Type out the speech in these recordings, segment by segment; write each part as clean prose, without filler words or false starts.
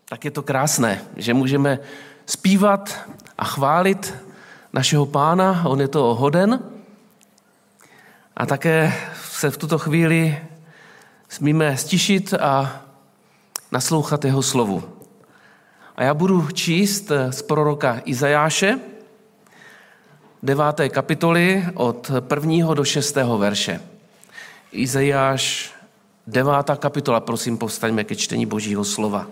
Tak je to krásné, že můžeme zpívat a chválit našeho Pána, on je toho hoden. A také se v tuto chvíli smíme stišit a naslouchat jeho slovu. A já budu číst z proroka Izajáše, 9. kapitoly od 1. do 6. verše. Izajáš, 9. kapitola, prosím, povstaňme ke čtení Božího slova.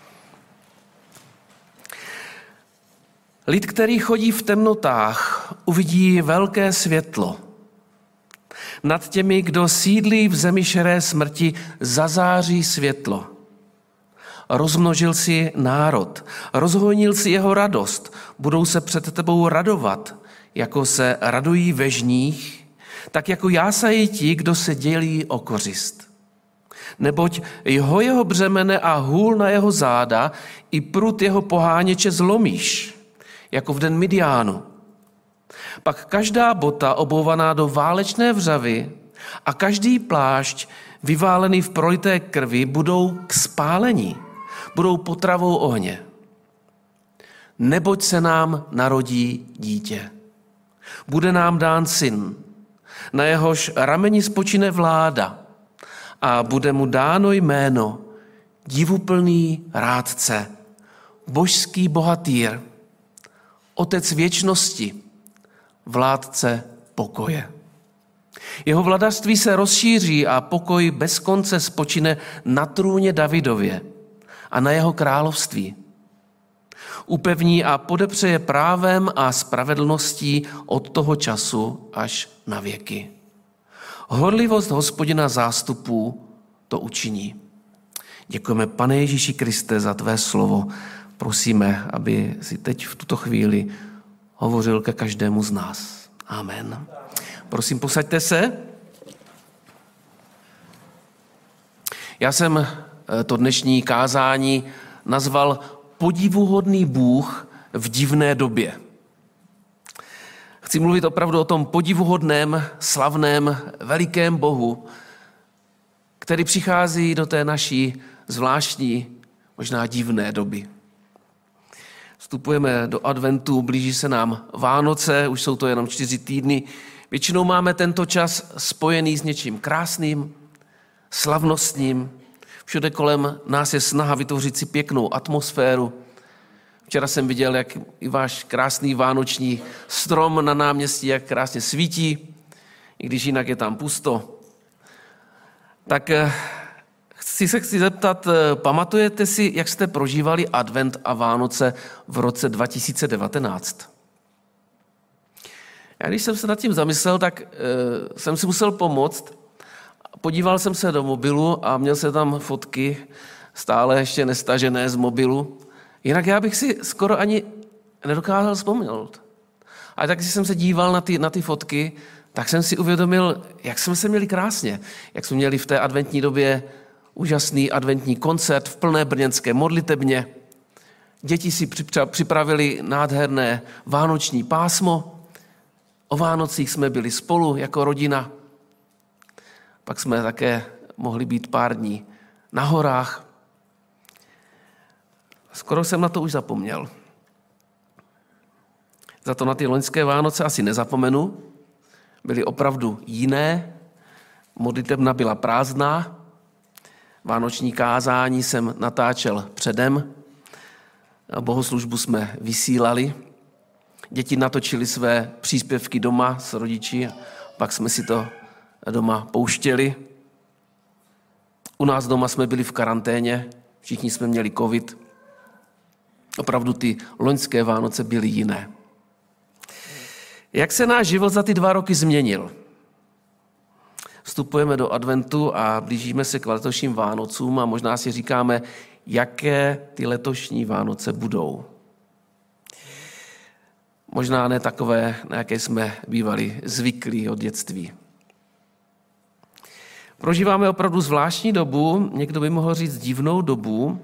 Lid, který chodí v temnotách, uvidí velké světlo. Nad těmi, kdo sídlí v zemi šeré smrti, zazáří světlo. Rozmnožil si národ, rozhojnil si jeho radost, budou se před tebou radovat, jako se radují ve žních, tak jako jásají ti, kdo se dělí o kořist. Neboť jeho břemene a hůl na jeho záda i prut jeho poháněče zlomíš, jako v den Midiánu. Pak každá bota obouvaná do válečné vřavy a každý plášť vyválený v prolité krvi budou k spálení, budou potravou ohně. Neboť se nám narodí dítě. Bude nám dán syn, na jehož rameni spočine vláda a bude mu dáno jméno divuplný rádce, božský bohatýr, otec věčnosti, vládce pokoje. Jeho vladařství se rozšíří a pokoj bez konce spočine na trůně Davidově a na jeho království. Upevní a podepře je právem a spravedlností od toho času až na věky. Horlivost Hospodina zástupů to učiní. Děkujeme, Pane Ježíši Kriste, za tvé slovo. Prosíme, aby si teď v tuto chvíli hovořil ke každému z nás. Amen. Prosím, posaďte se. Já jsem to dnešní kázání nazval Podivuhodný Bůh v divné době. Chci mluvit opravdu o tom podivuhodném, slavném, velikém Bohu, který přichází do té naší zvláštní, možná divné doby. Vstupujeme do adventu, blíží se nám Vánoce, už jsou to jenom 4 týdny. Většinou máme tento čas spojený s něčím krásným, slavnostním. Všude kolem nás je snaha vytvořit si pěknou atmosféru. Včera jsem viděl, jak i váš krásný vánoční strom na náměstí, jak krásně svítí, i když jinak je tam pusto. Tak chci zeptat, pamatujete si, jak jste prožívali advent a Vánoce v roce 2019? Já když jsem se nad tím zamyslel, tak jsem si musel pomoct. Podíval jsem se do mobilu a měl jsem tam fotky, stále ještě nestažené z mobilu. Jinak já bych si skoro ani nedokázal vzpomenout. A tak, když jsem se díval na ty fotky, tak jsem si uvědomil, jak jsme se měli krásně. Jak jsme měli v té adventní době úžasný adventní koncert v plné brněnské modlitebně. Děti si připravili nádherné vánoční pásmo. O Vánocích jsme byli spolu jako rodina. Pak jsme také mohli být pár dní na horách. Skoro jsem na to už zapomněl. Za to na ty loňské Vánoce asi nezapomenu. Byly opravdu jiné. Modlitebna byla prázdná. Vánoční kázání jsem natáčel předem. Bohoslužbu jsme vysílali. Děti natočili své příspěvky doma s rodiči. Pak jsme si to doma pouštěli. U nás doma jsme byli v karanténě. Všichni jsme měli covid. Opravdu ty loňské Vánoce byly jiné. Jak se náš život za ty 2 roky změnil? Vstupujeme do adventu a blížíme se k letošním Vánocům a možná si říkáme, jaké ty letošní Vánoce budou. Možná ne takové, na jaké jsme bývali zvyklí od dětství. Prožíváme opravdu zvláštní dobu, někdo by mohl říct divnou dobu.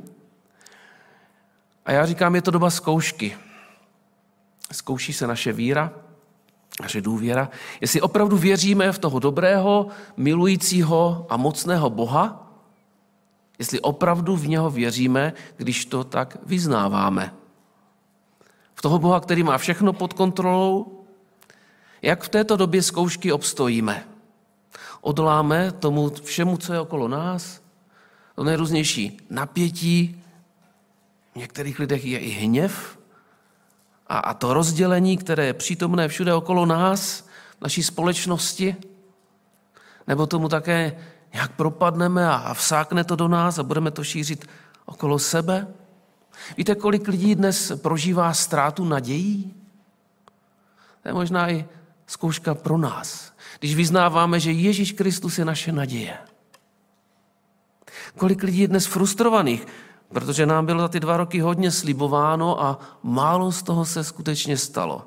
A já říkám, je to doba zkoušky. Zkouší se naše víra, naše důvěra. Jestli opravdu věříme v toho dobrého, milujícího a mocného Boha, Jestli opravdu v něho věříme, když to tak vyznáváme. V toho Boha, který má všechno pod kontrolou, jak v této době zkoušky obstojíme. Odoláme tomu všemu, co je okolo nás, to nejrůznější napětí, v některých lidech je i hněv a to rozdělení, které je přítomné všude okolo nás, v naší společnosti, nebo tomu také nějak propadneme a vsákne to do nás a budeme to šířit okolo sebe. Víte, kolik lidí dnes prožívá ztrátu nadějí? To je možná i zkouška pro nás, když vyznáváme, že Ježíš Kristus je naše naděje. Kolik lidí je dnes frustrovaných, protože nám bylo za ty 2 roky hodně slibováno a málo z toho se skutečně stalo.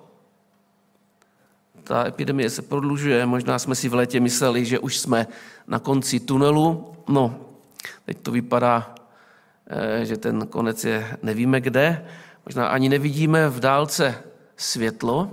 Ta epidemie se prodlužuje, možná jsme si v létě mysleli, že už jsme na konci tunelu. No, teď to vypadá, že ten konec je nevíme kde, možná ani nevidíme v dálce světlo.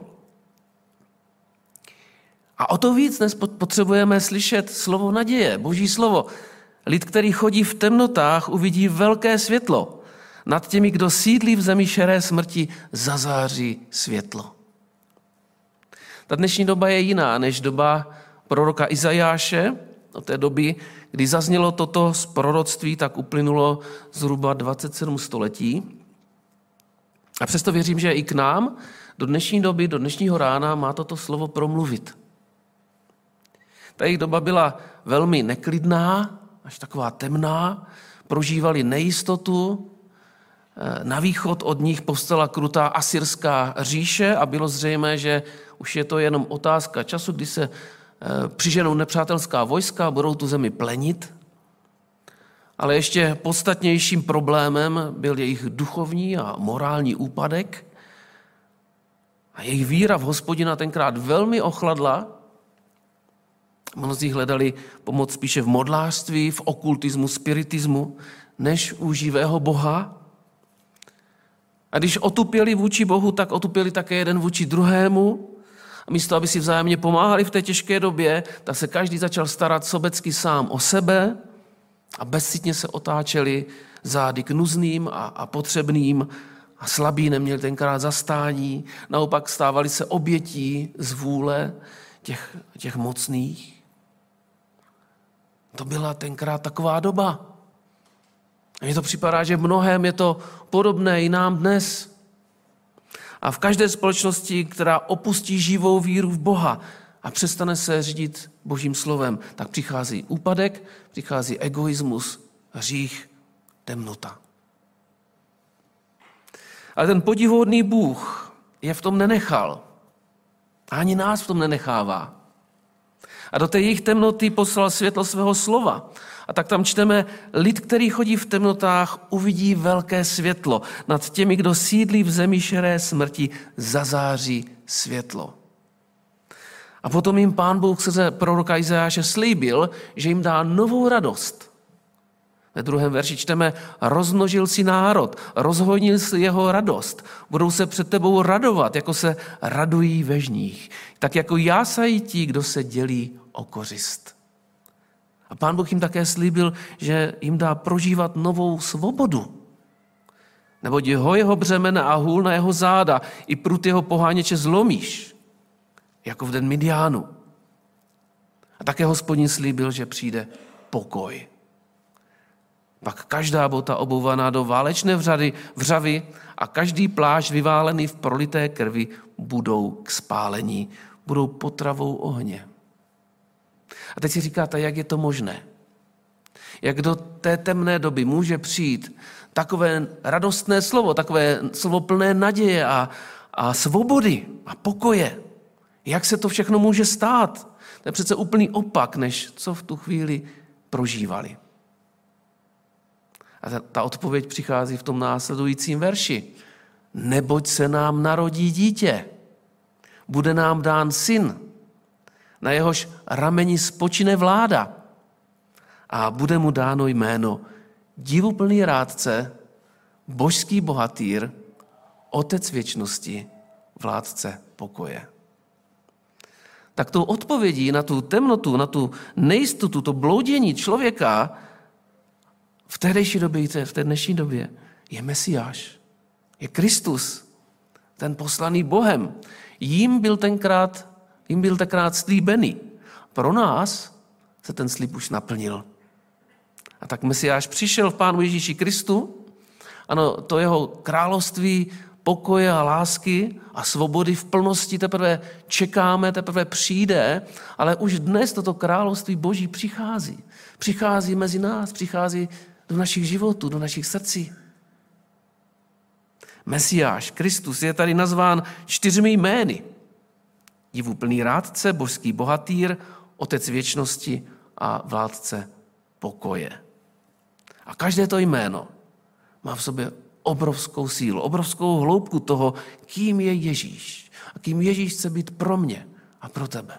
A o to víc dnes potřebujeme slyšet slovo naděje, Boží slovo. Lid, který chodí v temnotách, uvidí velké světlo. Nad těmi, kdo sídlí v zemi šeré smrti, zazáří světlo. Ta dnešní doba je jiná než doba proroka Izajáše. Od té doby, kdy zaznělo toto z proroctví, tak uplynulo zhruba 27 století. A přesto věřím, že i k nám do dnešní doby, do dnešního rána má toto slovo promluvit. Ta jejich doba byla velmi neklidná, až taková temná, prožívali nejistotu. Na východ od nich povstala krutá asyrská říše a bylo zřejmé, že už je to jenom otázka času, kdy se přiženou nepřátelská vojska a budou tu zemi plenit. Ale ještě podstatnějším problémem byl jejich duchovní a morální úpadek. A jejich víra v Hospodina tenkrát velmi ochladla. Mnozí hledali pomoc spíše v modlářství, v okultismu, spiritismu, než u živého Boha. A když otupěli vůči Bohu, tak otupěli také jeden vůči druhému. A místo, aby si vzájemně pomáhali v té těžké době, tak se každý začal starat sobecky sám o sebe a bezcitně se otáčeli zády k nuzným a potřebným a slabí neměli tenkrát zastání. Naopak stávali se obětí z vůle těch mocných. To byla tenkrát taková doba. A mně to připadá, že v mnohém je to podobné i nám dnes. A v každé společnosti, která opustí živou víru v Boha a přestane se řídit Božím slovem, tak přichází úpadek, přichází egoismus, hřích, temnota. Ale ten podivuhodný Bůh je v tom nenechal. Ani nás v tom nenechává. A do té jejich temnoty poslal světlo svého slova. A tak tam čteme, lid, který chodí v temnotách, uvidí velké světlo. Nad těmi, kdo sídlí v zemi šeré smrti, zazáří světlo. A potom jim Pán Bůh skrze proroka Izajáše slíbil, že jim dá novou radost. Ve 2. verši čteme, rozmnožil si národ, rozhojnil si jeho radost. Budou se před tebou radovat, jako se radují ve žních. Tak jako jásají ti, kdo se dělí o kořist. A Pán Bůh jim také slíbil, že jim dá prožívat novou svobodu. Neboť jeho břemene a hůl na jeho záda, i prut jeho poháněče zlomíš, jako v den Midiánu. A také Hospodin slíbil, že přijde pokoj. Pak každá bota obouvaná do válečné vřavy a každý plášť vyválený v prolité krvi budou k spálení, budou potravou ohně. A teď si říkáte, jak je to možné? Jak do té temné doby může přijít takové radostné slovo, takové slovo plné naděje a svobody a pokoje? Jak se to všechno může stát? To je přece úplný opak, než co v tu chvíli prožívali. A ta odpověď přichází v tom následujícím verši. Neboť se nám narodí dítě, bude nám dán syn, na jehož rameni spočine vláda a bude mu dáno jméno divuplný rádce, božský bohatýr, otec věčnosti, vládce pokoje. Tak tou odpovědí na tu temnotu, na tu nejistotu, to bloudění člověka v tehdejší době i v té dnešní době je Mesiáš, je Kristus, ten poslaný Bohem. Jím byl tenkrát slíbený. Pro nás se ten slib už naplnil. A tak Mesiáš přišel v Pánu Ježíši Kristu. Ano, to jeho království pokoje a lásky a svobody v plnosti teprve čekáme, teprve přijde, ale už dnes toto království Boží přichází. Přichází mezi nás, přichází do našich životů, do našich srdcí. Mesiáš, Kristus, je tady nazván 4 jmény. Divuplný rádce, božský bohatýr, otec věčnosti a vládce pokoje. A každé to jméno má v sobě obrovskou sílu, obrovskou hloubku toho, kým je Ježíš a kým Ježíš chce být pro mě a pro tebe.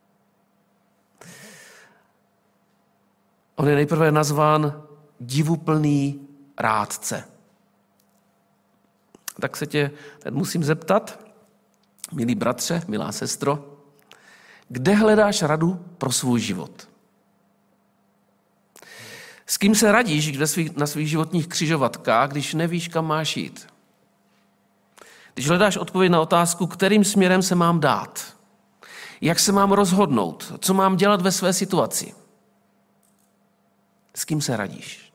On je nejprve nazván divuplný rádce. Tak se tě teď musím zeptat, milý bratře, milá sestro, kde hledáš radu pro svůj život? S kým se radíš na svých životních křižovatkách, když nevíš, kam máš jít? Když hledáš odpověď na otázku, kterým směrem se mám dát? Jak se mám rozhodnout? Co mám dělat ve své situaci? S kým se radíš?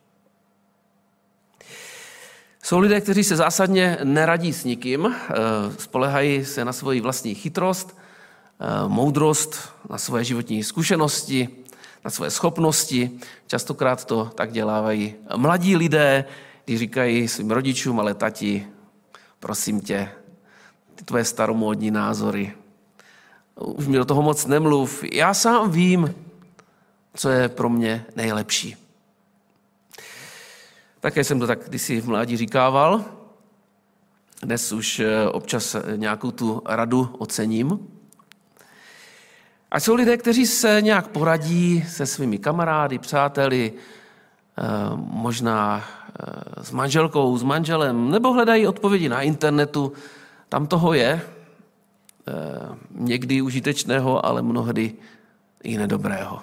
Jsou lidé, kteří se zásadně neradí s nikým, spolehají se na svoji vlastní chytrost, moudrost, na svoje životní zkušenosti, na svoje schopnosti. Častokrát to tak dělávají mladí lidé, když říkají svým rodičům, ale tati, prosím tě, ty tvoje staromódní názory, už mi do toho moc nemluv, já sám vím, co je pro mě nejlepší. Také jsem to tak kdysi v mládí říkával, dnes už občas nějakou tu radu ocením. A jsou lidé, kteří se nějak poradí se svými kamarády, přáteli, možná s manželkou, s manželem, nebo hledají odpovědi na internetu. Tam toho je někdy užitečného, ale mnohdy i nedobrého.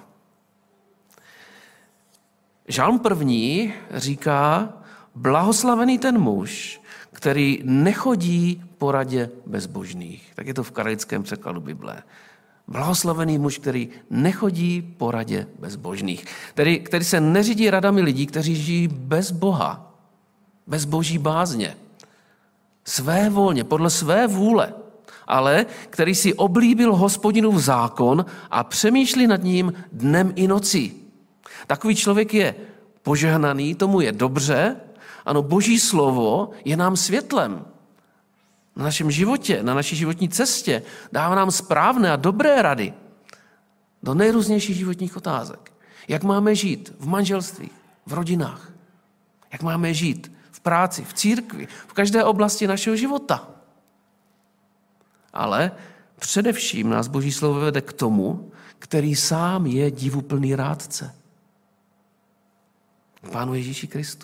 Žalm 1. říká, blahoslavený ten muž, který nechodí po radě bezbožných. Tak je to v karalickém překladu Bible. Blahoslavený muž, který nechodí po radě bezbožných. Který se neřídí radami lidí, kteří žijí bez Boha, bez boží bázně, svévolně, podle své vůle, ale který si oblíbil Hospodinův zákon a přemýšlí nad ním dnem i nocí. Takový člověk je požehnaný, tomu je dobře, ano, boží slovo je nám světlem na našem životě, na naší životní cestě, dává nám správné a dobré rady do nejrůznějších životních otázek. Jak máme žít v manželství, v rodinách, jak máme žít v práci, v církvi, v každé oblasti našeho života. Ale především nás boží slovo vede k tomu, který sám je divuplný rádce. Pánu Ježíši Kristu.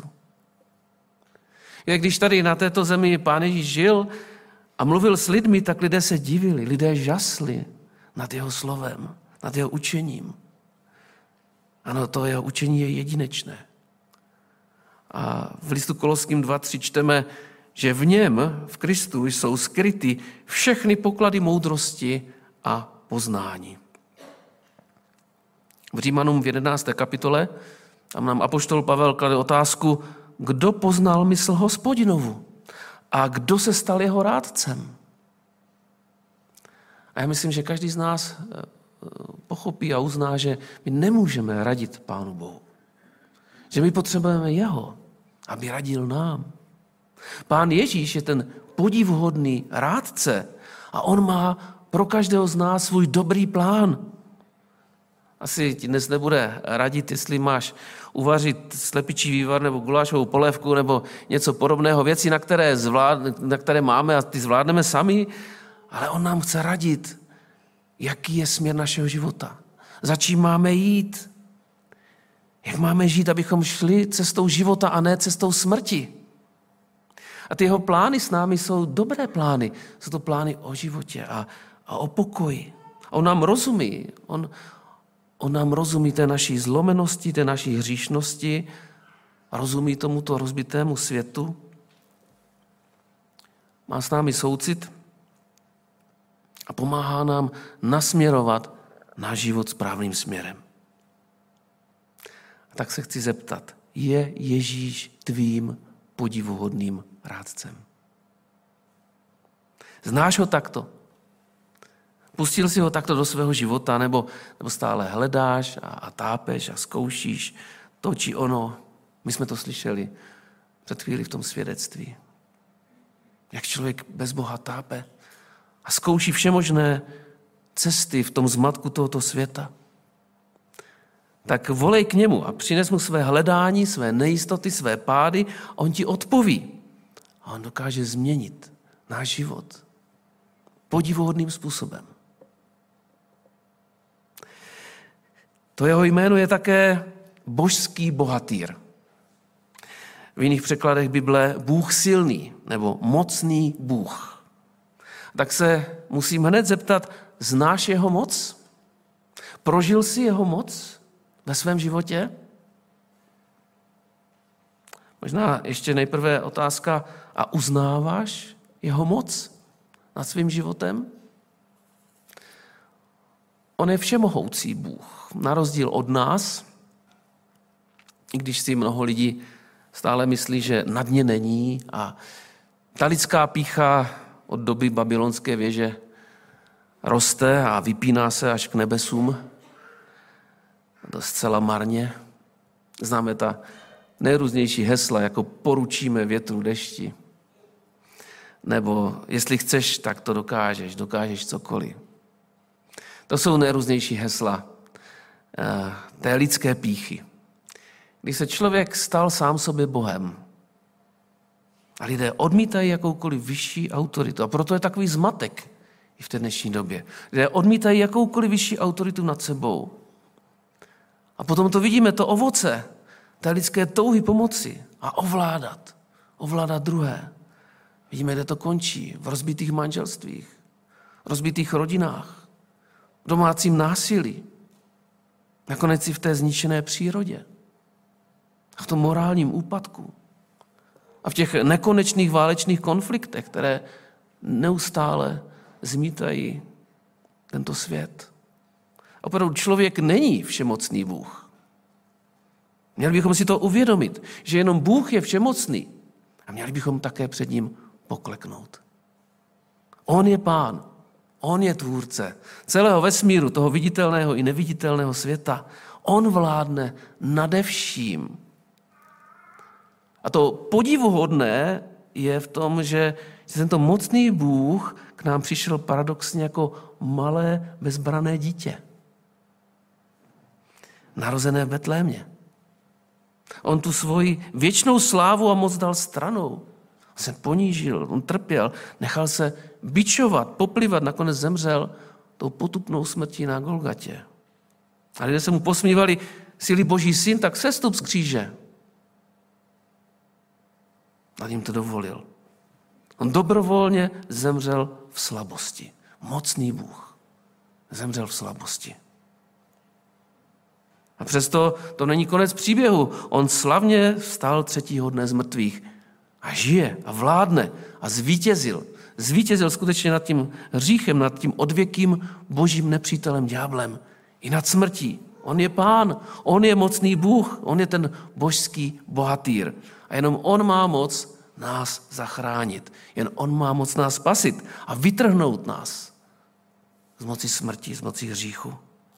Když tady na této zemi Pán Ježíš žil a mluvil s lidmi, tak lidé se divili, lidé žasli nad jeho slovem, nad jeho učením. Ano, to jeho učení je jedinečné. A v listu Koloským 2:3 čteme, že v něm, v Kristu, jsou skryty všechny poklady moudrosti a poznání. V Římanům v 11. kapitole tam nám apoštol Pavel klade otázku, kdo poznal mysl Hospodinovu a kdo se stal jeho rádcem. A já myslím, že každý z nás pochopí a uzná, že my nemůžeme radit Pánu Bohu. Že my potřebujeme jeho, aby radil nám. Pán Ježíš je ten podivuhodný rádce a on má pro každého z nás svůj dobrý plán. Asi ti dnes nebude radit, jestli máš uvařit slepičí vývar nebo gulášovou polévku nebo něco podobného, věci, na které máme a ty zvládneme sami, ale on nám chce radit, jaký je směr našeho života, za čím máme jít, jak máme žít, abychom šli cestou života a ne cestou smrti. A ty jeho plány s námi jsou dobré plány, jsou to plány o životě a o pokoji. On nám rozumí, on nám rozumí té naší zlomenosti, té naší hříšnosti rozumí tomuto rozbitému světu, má s námi soucit a pomáhá nám nasměrovat náš život správným směrem. A tak se chci zeptat, je Ježíš tvým podivuhodným rádcem? Znáš ho takto? Pustil si ho takto do svého života, nebo stále hledáš a tápeš a zkoušíš to či ono? My jsme to slyšeli před chvíli v tom svědectví. Jak člověk bez Boha tápe a zkouší všemožné cesty v tom zmatku tohoto světa. Tak volej k němu a přines mu své hledání, své nejistoty, své pády a on ti odpoví. A on dokáže změnit náš život podivuhodným způsobem. To jeho jméno je také božský bohatýr. V jiných překladech Bible Bůh silný nebo mocný Bůh. Tak se musím hned zeptat, znáš jeho moc? Prožil jsi jeho moc ve svém životě? Možná ještě nejprve otázka, a uznáváš jeho moc nad svým životem? On je všemohoucí Bůh. Na rozdíl od nás, i když si mnoho lidí stále myslí, že nad ně není a ta lidská pýcha od doby babylonské věže roste a vypíná se až k nebesům. To zcela marně. Známe ta nejrůznější hesla, jako poručíme větru dešti. Nebo jestli chceš, tak to dokážeš cokoliv. To jsou nejrůznější hesla té lidské pýchy. Když se člověk stal sám sobě Bohem a lidé odmítají jakoukoliv vyšší autoritu. A proto je takový zmatek i v té dnešní době. Lidé odmítají jakoukoliv vyšší autoritu nad sebou. A potom to vidíme, to ovoce té lidské touhy pomoci a ovládat druhé. Vidíme, kde to končí. V rozbitých manželstvích, v rozbitých rodinách, v domácím násilí. Nakonec i v té zničené přírodě. A v tom morálním úpadku. A v těch nekonečných válečných konfliktech, které neustále zmítají tento svět. Opravdu člověk není všemocný Bůh. Měli bychom si to uvědomit, že jenom Bůh je všemocný a měli bychom také před ním pokleknout. On je Pán, on je tvůrce celého vesmíru, toho viditelného i neviditelného světa. On vládne nade vším. A to podivuhodné je v tom, že tento mocný Bůh k nám přišel paradoxně jako malé bezbrané dítě. Narozené v Betlémě. On tu svoji věčnou slávu a moc dal stranou. On se ponížil, on trpěl, nechal se bičovat, poplivat, nakonec zemřel tou potupnou smrtí na Golgatě. A lidé se mu posmívali, jsi-li Boží syn, tak sestup z kříže. A jim to dovolil. On dobrovolně zemřel v slabosti. Mocný Bůh zemřel v slabosti. A přesto to není konec příběhu. On slavně vstal 3. dne z mrtvých a žije a vládne a zvítězil. Zvítězil skutečně nad tím hříchem, nad tím odvěkým božím nepřítelem ďáblem i nad smrtí. On je Pán, on je mocný Bůh, on je ten božský bohatýr. A jenom on má moc nás zachránit. Jen on má moc nás spasit a vytrhnout nás z moci smrti, z moci hříchu.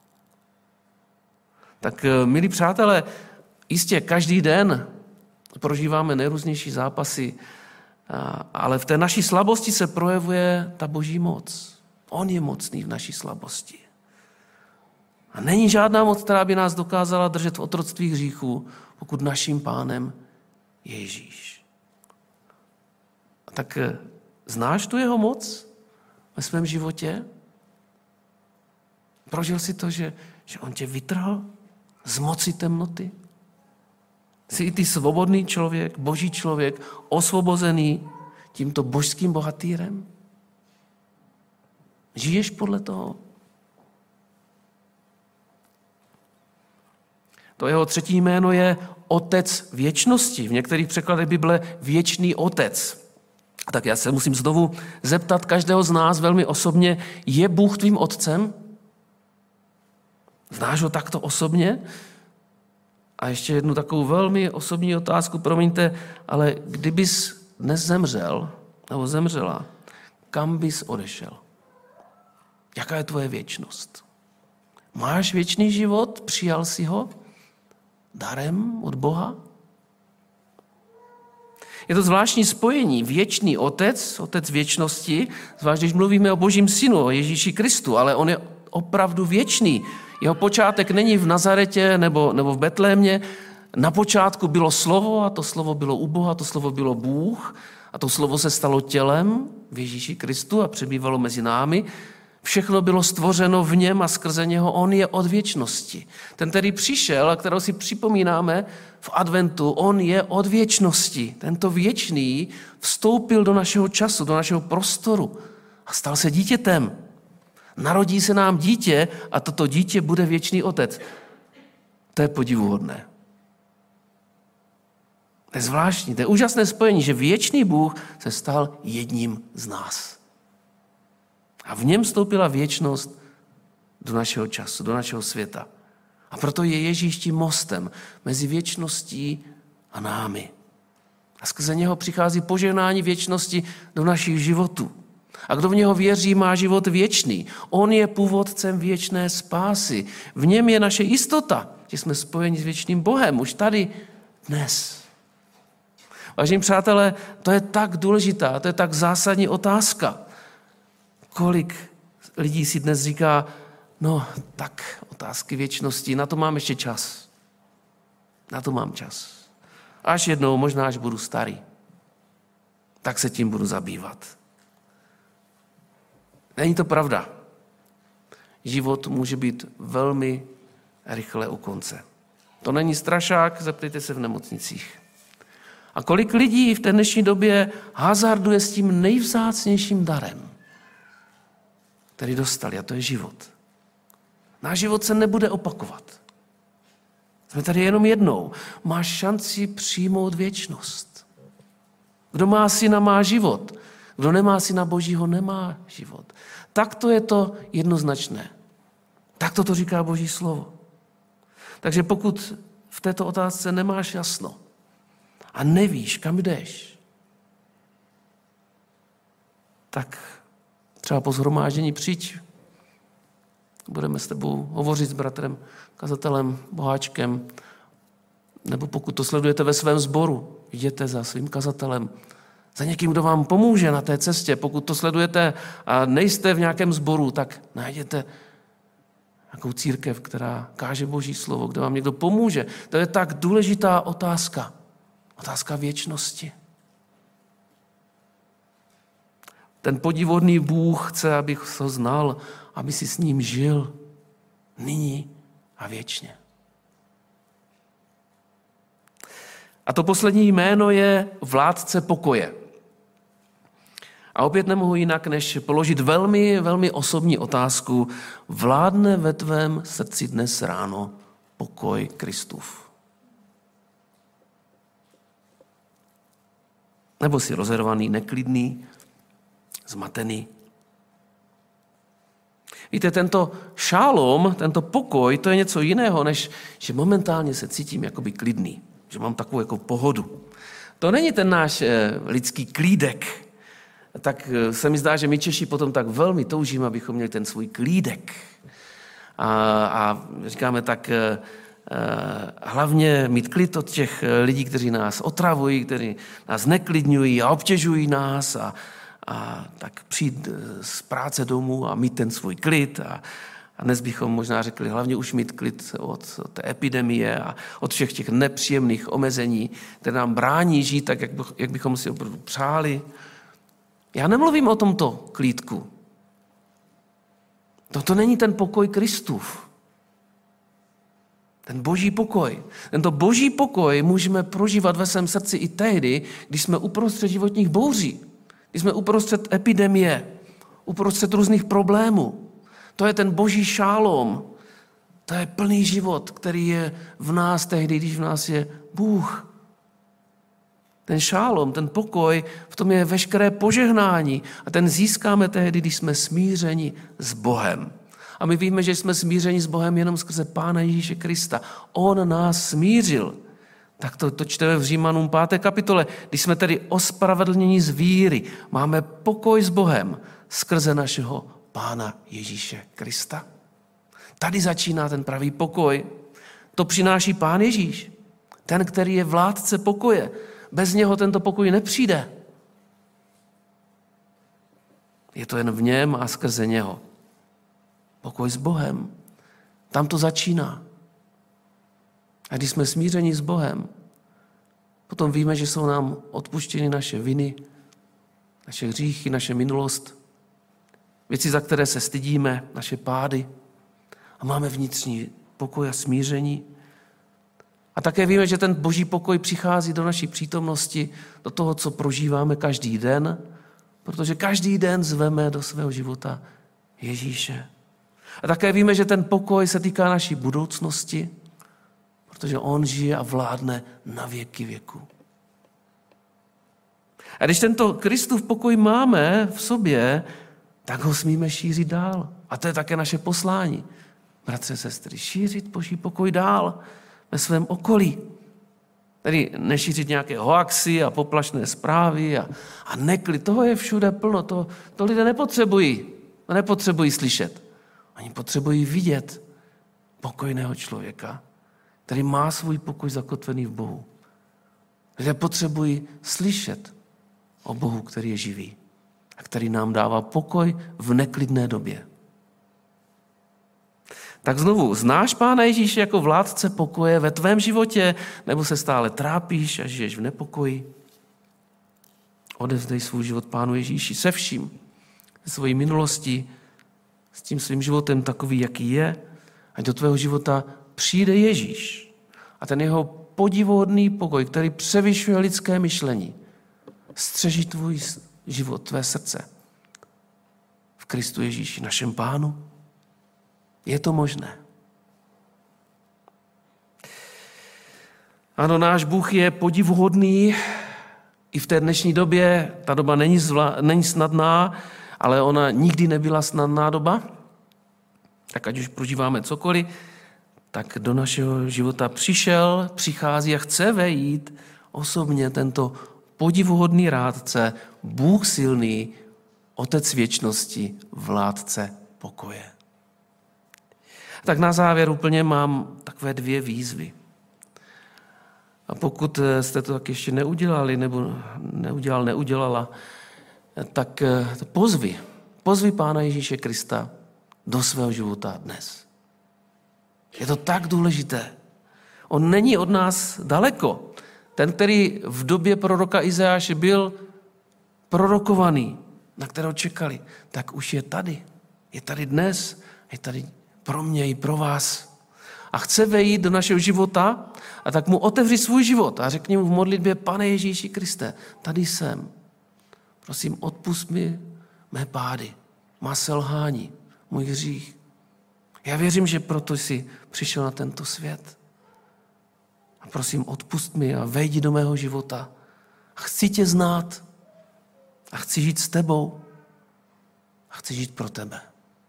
Tak, milí přátelé, jistě každý den prožíváme nejrůznější zápasy, ale v té naší slabosti se projevuje ta boží moc. On je mocný v naší slabosti. A není žádná moc, která by nás dokázala držet v otroctví hříchu, pokud naším Pánem je Ježíš. Tak znáš tu jeho moc ve svém životě? Prožil jsi to, že on tě vytrhl z moci temnoty? Jsi i ty svobodný člověk, boží člověk, osvobozený tímto božským bohatýrem? Žiješ podle toho? To jeho třetí jméno je otec věčnosti. V některých překladech Bible věčný otec. Tak já se musím znovu zeptat každého z nás velmi osobně, je Bůh tvým otcem? Znáš ho takto osobně? A ještě jednu takovou velmi osobní otázku, promiňte, ale kdybys dnes zemřel, nebo zemřela, kam bys odešel? Jaká je tvoje věčnost? Máš věčný život? Přijal jsi ho? Darem od Boha? Je to zvláštní spojení. Věčný otec, otec věčnosti, zvlášť když mluvíme o Božím synu, o Ježíši Kristu, ale on je opravdu věčný. Jeho počátek není v Nazaretě nebo v Betlémě. Na počátku bylo slovo a to slovo bylo u Boha, to slovo bylo Bůh a to slovo se stalo tělem v Ježíši Kristu a přebývalo mezi námi. Všechno bylo stvořeno v něm a skrze něho on je od věčnosti. Ten, který přišel a kterého si připomínáme v adventu, on je od věčnosti. Tento věčný vstoupil do našeho času, do našeho prostoru a stal se dítětem. Narodí se nám dítě a toto dítě bude věčný otec. To je podivuhodné. To je zvláštní, to je úžasné spojení, že věčný Bůh se stal jedním z nás. A v něm vstoupila věčnost do našeho času, do našeho světa. A proto je Ježíš tím mostem mezi věčností a námi. A skrze něho přichází požehnání věčnosti do našich životů. A kdo v něho věří, má život věčný. On je původcem věčné spásy. V něm je naše jistota, že jsme spojeni s věčným Bohem už tady dnes. Vážení přátelé, to je tak důležitá, to je tak zásadní otázka. Kolik lidí si dnes říká, no tak otázky věčnosti, na to mám ještě čas. Na to mám čas. Až jednou, možná až budu starý, tak se tím budu zabývat. Není to pravda. Život může být velmi rychle u konce. To není strašák, zeptejte se v nemocnicích. A kolik lidí v té dnešní době hazarduje s tím nejvzácnějším darem, který dostali, a to je život. Náš život se nebude opakovat. Jsme tady jenom jednou. Máš šanci přijmout věčnost. Kdo má syna, má život. Kdo nemá syna Božího, nemá život. Takto je to jednoznačné. Takto to říká Boží slovo. Takže pokud v této otázce nemáš jasno a nevíš, kam jdeš, tak třeba po shromáždění přijď. Budeme s tebou hovořit s bratrem, kazatelem, boháčkem, nebo pokud to sledujete ve svém sboru, jděte za svým kazatelem, za někým, kdo vám pomůže na té cestě. Pokud to sledujete a nejste v nějakém sboru, tak najděte nějakou církev, která káže Boží slovo, kde vám někdo pomůže. To je tak důležitá otázka. Otázka věčnosti. Ten podivodný Bůh chce, abych ho znal, aby si s ním žil nyní a věčně. A to poslední jméno je vládce pokoje. A opět nemohu jinak, než položit velmi, velmi osobní otázku. Vládne ve tvém srdci dnes ráno pokoj Kristův? Nebo jsi rozervaný, neklidný, zmatený? Víte, tento šálom, tento pokoj, to je něco jiného, než že momentálně se cítím jakoby klidný, že mám takovou jako pohodu. To není ten náš lidský klídek. Tak se mi zdá, že my Češi potom tak velmi toužíme, abychom měli ten svůj klídek. A říkáme tak, hlavně mít klid od těch lidí, kteří nás otravují, kteří nás neklidňují a obtěžují nás a tak přijít z práce domů a mít ten svůj klid. A dnes bychom možná řekli, hlavně už mít klid od té epidemie a od všech těch nepříjemných omezení, které nám brání žít tak, jak bychom si opravdu přáli. Já nemluvím o tomto klídku. To není ten pokoj Kristův. Ten boží pokoj. Tento boží pokoj můžeme prožívat ve svém srdci i tehdy, když jsme uprostřed životních bouří, když jsme uprostřed epidemie, uprostřed různých problémů. To je ten boží šálom. To je plný život, který je v nás tehdy, když v nás je Bůh. Ten šálom, ten pokoj, v tom je veškeré požehnání a ten získáme tehdy, když jsme smířeni s Bohem. A my víme, že jsme smířeni s Bohem jenom skrze Pána Ježíše Krista. On nás smířil. Tak to čteme v Římanům 5. kapitole. Když jsme tedy ospravedlněni z víry, máme pokoj s Bohem skrze našeho Pána Ježíše Krista. Tady začíná ten pravý pokoj. To přináší Pán Ježíš, ten, který je vládce pokoje. Bez něho tento pokoj nepřijde. Je to jen v něm a skrze něho. Pokoj s Bohem. Tam to začíná. A když jsme smířeni s Bohem, potom víme, že jsou nám odpuštěny naše viny, naše hříchy, naše minulost, věci, za které se stydíme, naše pády. A máme vnitřní pokoj a smíření. A také víme, že ten boží pokoj přichází do naší přítomnosti, do toho, co prožíváme každý den, protože každý den zveme do svého života Ježíše. A také víme, že ten pokoj se týká naší budoucnosti, protože on žije a vládne na věky věku. A když tento Kristův pokoj máme v sobě, tak ho smíme šířit dál. A to je také naše poslání. Bratře, sestry, šířit boží pokoj dál ve svém okolí. Tedy nešířit nějaké hoaxy a poplašné zprávy a neklid. Toho je všude plno, to lidé nepotřebují. Nepotřebují slyšet. Oni potřebují vidět pokojného člověka, který má svůj pokoj zakotvený v Bohu. Lidé potřebují slyšet o Bohu, který je živý a který nám dává pokoj v neklidné době. Tak znovu, znáš Pána Ježíše jako vládce pokoje ve tvém životě, nebo se stále trápíš a žiješ v nepokoji? Odevzdej svůj život Pánu Ježíši se vším, se svojí minulostí, s tím svým životem takový, jaký je, a do tvého života přijde Ježíš a ten jeho podivuhodný pokoj, který převyšuje lidské myšlení, střeží tvůj život, tvé srdce v Kristu Ježíši, našem Pánu. Je to možné. Ano, náš Bůh je podivuhodný i v té dnešní době. Ta doba není snadná, ale ona nikdy nebyla snadná doba. Tak ať už prožíváme cokoliv, tak do našeho života přichází a chce vejít osobně tento podivuhodný rádce, Bůh silný, Otec věčnosti, vládce pokoje. Tak na závěr úplně mám takové 2 výzvy. A pokud jste to tak ještě neudělali, nebo neudělala, tak pozvi Pána Ježíše Krista do svého života dnes. Je to tak důležité. On není od nás daleko. Ten, který v době proroka Izajáše byl prorokovaný, na kterého čekali, tak už je tady. Je tady dnes, je tady pro mě i pro vás. A chce vejít do našeho života, a tak mu otevři svůj život a řekni mu v modlitbě: Pane Ježíši Kriste, tady jsem. Prosím, odpusť mi mé pády, má selhání, můj hřích. Já věřím, že proto jsi přišel na tento svět. A prosím, odpusť mi a vejdi do mého života. A chci tě znát. A chci žít s tebou. A chci žít pro tebe.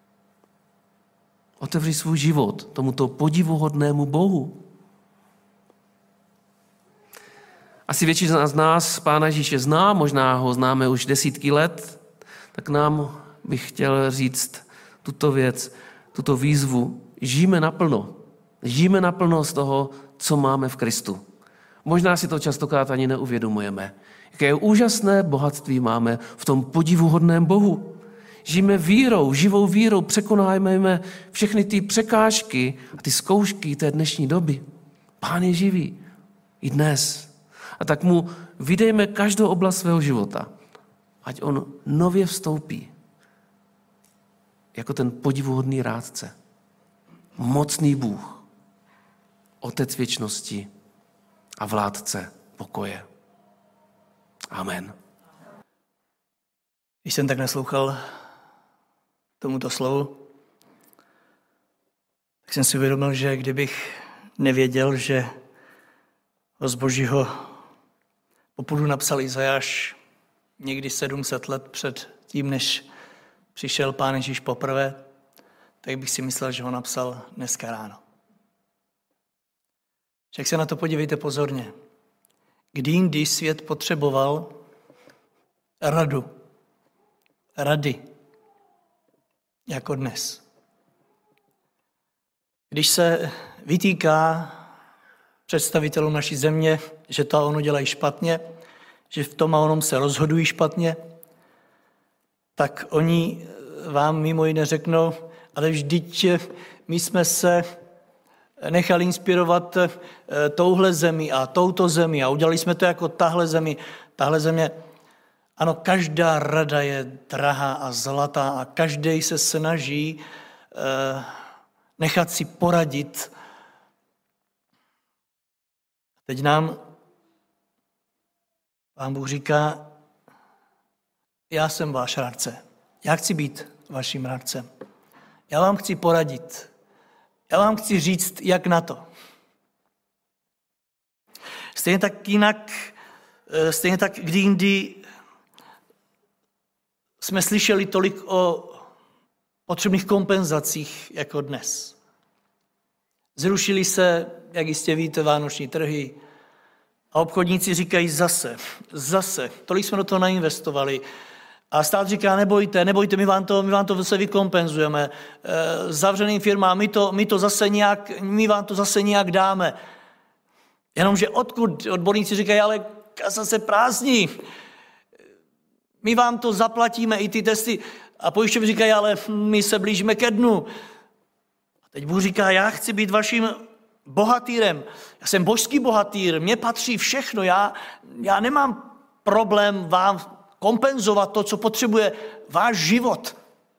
Otevři svůj život tomuto podivuhodnému Bohu. Asi většina z nás Pána Ježíše zná, možná ho známe už desítky let, tak nám bych chtěl říct tuto věc, tuto výzvu. Žijeme naplno. Žijeme naplno z toho, co máme v Kristu. Možná si to častokrát ani neuvědomujeme. Jaké úžasné bohatství máme v tom podivuhodném Bohu. Žijeme vírou, živou vírou, překonáme všechny ty překážky a ty zkoušky té dnešní doby. Pán je živý i dnes. A tak mu vydejme každou oblast svého života, ať on nově vstoupí jako ten podivuhodný rádce, mocný Bůh, Otec věčnosti a vládce pokoje. Amen. Když jsem tak naslouchal tomuto slovu, Tak jsem si uvědomil, že kdybych nevěděl, že ho z Božího popudu napsal Izajáš někdy 700 let před tím, než přišel Pán Ježíš poprvé, tak bych si myslel, že ho napsal dneska ráno. Však se na to podívejte pozorně. Kdy jindy svět potřeboval rady, jako dnes. Když se vytýká představitelům naší země, že to a ono dělají špatně, že v tom a onom se rozhodují špatně, tak oni vám mimo jiné řeknou, ale vždyť my jsme se nechali inspirovat touhle zemí a touto zemí a udělali jsme to jako tahle země. Ano, každá rada je drahá a zlatá a každý se snaží nechat si poradit. Teď nám Pán Bůh říká, já jsem váš rádce. Já chci být vaším rádcem. Já vám chci poradit. Já vám chci říct, jak na to. Stejně tak kdy jindy jsme slyšeli tolik o potřebných kompenzacích jako dnes. Zrušili se, jak jistě víte, vánoční trhy a obchodníci říkají zase, tolik jsme do toho nainvestovali. A stát říká, nebojte, my vám to zase vykompenzujeme. Zavřeným firmám, my vám to zase nějak dáme. Jenomže odkud odborníci říkají, ale kasa se prázdní. My vám to zaplatíme, i ty testy. A pojišťovny říkají, ale my se blížíme ke dnu. A teď Bůh říká, já chci být vaším bohatýrem. Já jsem božský bohatýr, mně patří všechno. Já nemám problém vám kompenzovat to, co potřebuje váš život.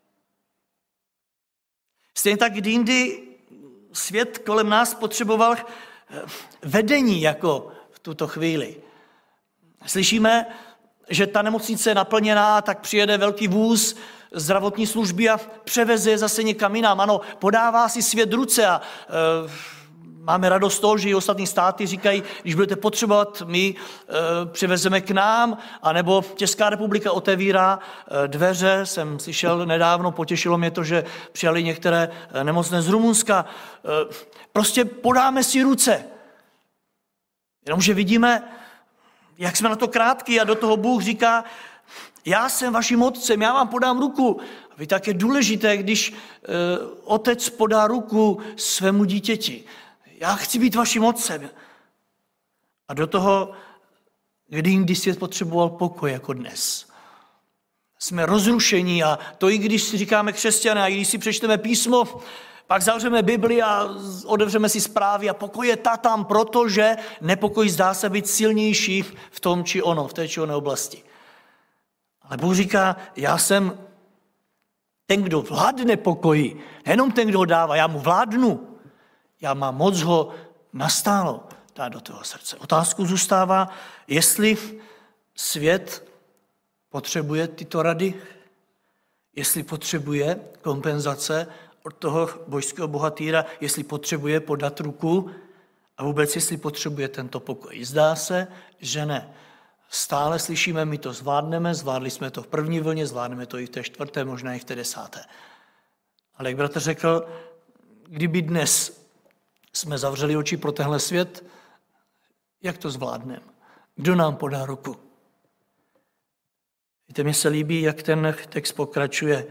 Stejně tak, kdy jindy svět kolem nás potřeboval vedení, jako v tuto chvíli. Slyšíme, že ta nemocnice je naplněná, tak přijede velký vůz zdravotní služby a převeze je zase někam jinam. Ano, podává si svět ruce a máme radost toho, že i ostatní státy říkají, když budete potřebovat, my přivezeme k nám, anebo Česká republika otevírá dveře. Jsem slyšel nedávno, potěšilo mě to, že přijali některé nemocné z Rumunska. Prostě podáme si ruce. Jenomže vidíme, jak jsme na to krátký a do toho Bůh říká, já jsem vaším otcem, já vám podám ruku. A ví, tak je důležité, když otec podá ruku svému dítěti. Já chci být vaším otcem. A do toho, kdy svět potřeboval pokoj jako dnes. Jsme rozrušení a to i když si říkáme křesťané a i když si přečteme písmo, pak zavřeme Bibli a otevřeme si zprávy a pokoj je tam, protože nepokoj zdá se být silnější v tom či ono, v té či oné oblasti. Ale Bůh říká, já jsem ten, kdo vládne pokoji, nejenom ten, kdo ho dává, já mu vládnu. Já mám moc ho nastálo dát do toho srdce. Otázku zůstává, jestli svět potřebuje tyto rady, jestli potřebuje kompenzace od toho božského bohatýra, jestli potřebuje podat ruku a vůbec jestli potřebuje tento pokoj. Zdá se, že ne. Stále slyšíme, my to zvládneme, zvládli jsme to v první vlně, zvládneme to i v té čtvrté, možná i v té desáté. Ale jak bratr řekl, kdyby dnes jsme zavřeli oči pro tenhle svět, jak to zvládneme? Kdo nám podá ruku? Víte, mně se líbí, jak ten text pokračuje.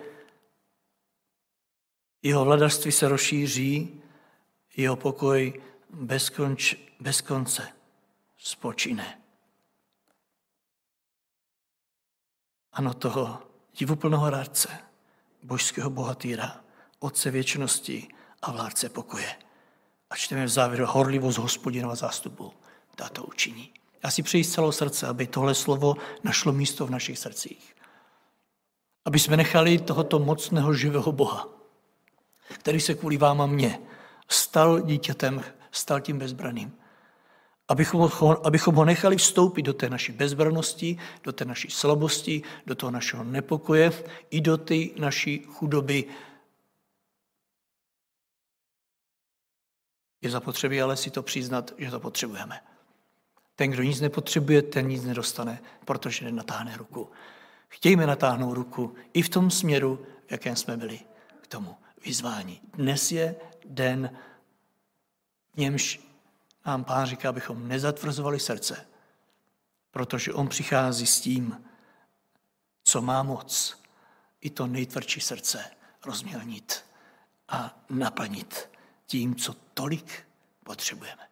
Jeho vladarství se rozšíří, jeho pokoj bez konce spočíne. Ano, toho divuplného rádce, božského bohatýra, otce věčnosti a vládce pokoje. A čteme v závěru, horlivost Hospodinova zástupu tato učiní. Já si přeji z celého srdce, aby tohle slovo našlo místo v našich srdcích. Aby jsme nechali tohoto mocného živého Boha, který se kvůli vám a mně stal dítětem, stal tím bezbranným. Abychom ho nechali vstoupit do té naší bezbrannosti, do té naší slabosti, do toho našeho nepokoje i do té naší chudoby. Je zapotřebí ale si to přiznat, že to potřebujeme. Ten, kdo nic nepotřebuje, ten nic nedostane, protože nenatáhne ruku. Chtějme natáhnout ruku i v tom směru, v jakém jsme byli k tomu vyzvání. Dnes je den, v němž nám Pán říká, abychom nezatvrzovali srdce, protože on přichází s tím, co má moc, i to nejtvrdší srdce rozmělnit a naplnit tím, co tolik potřebujeme.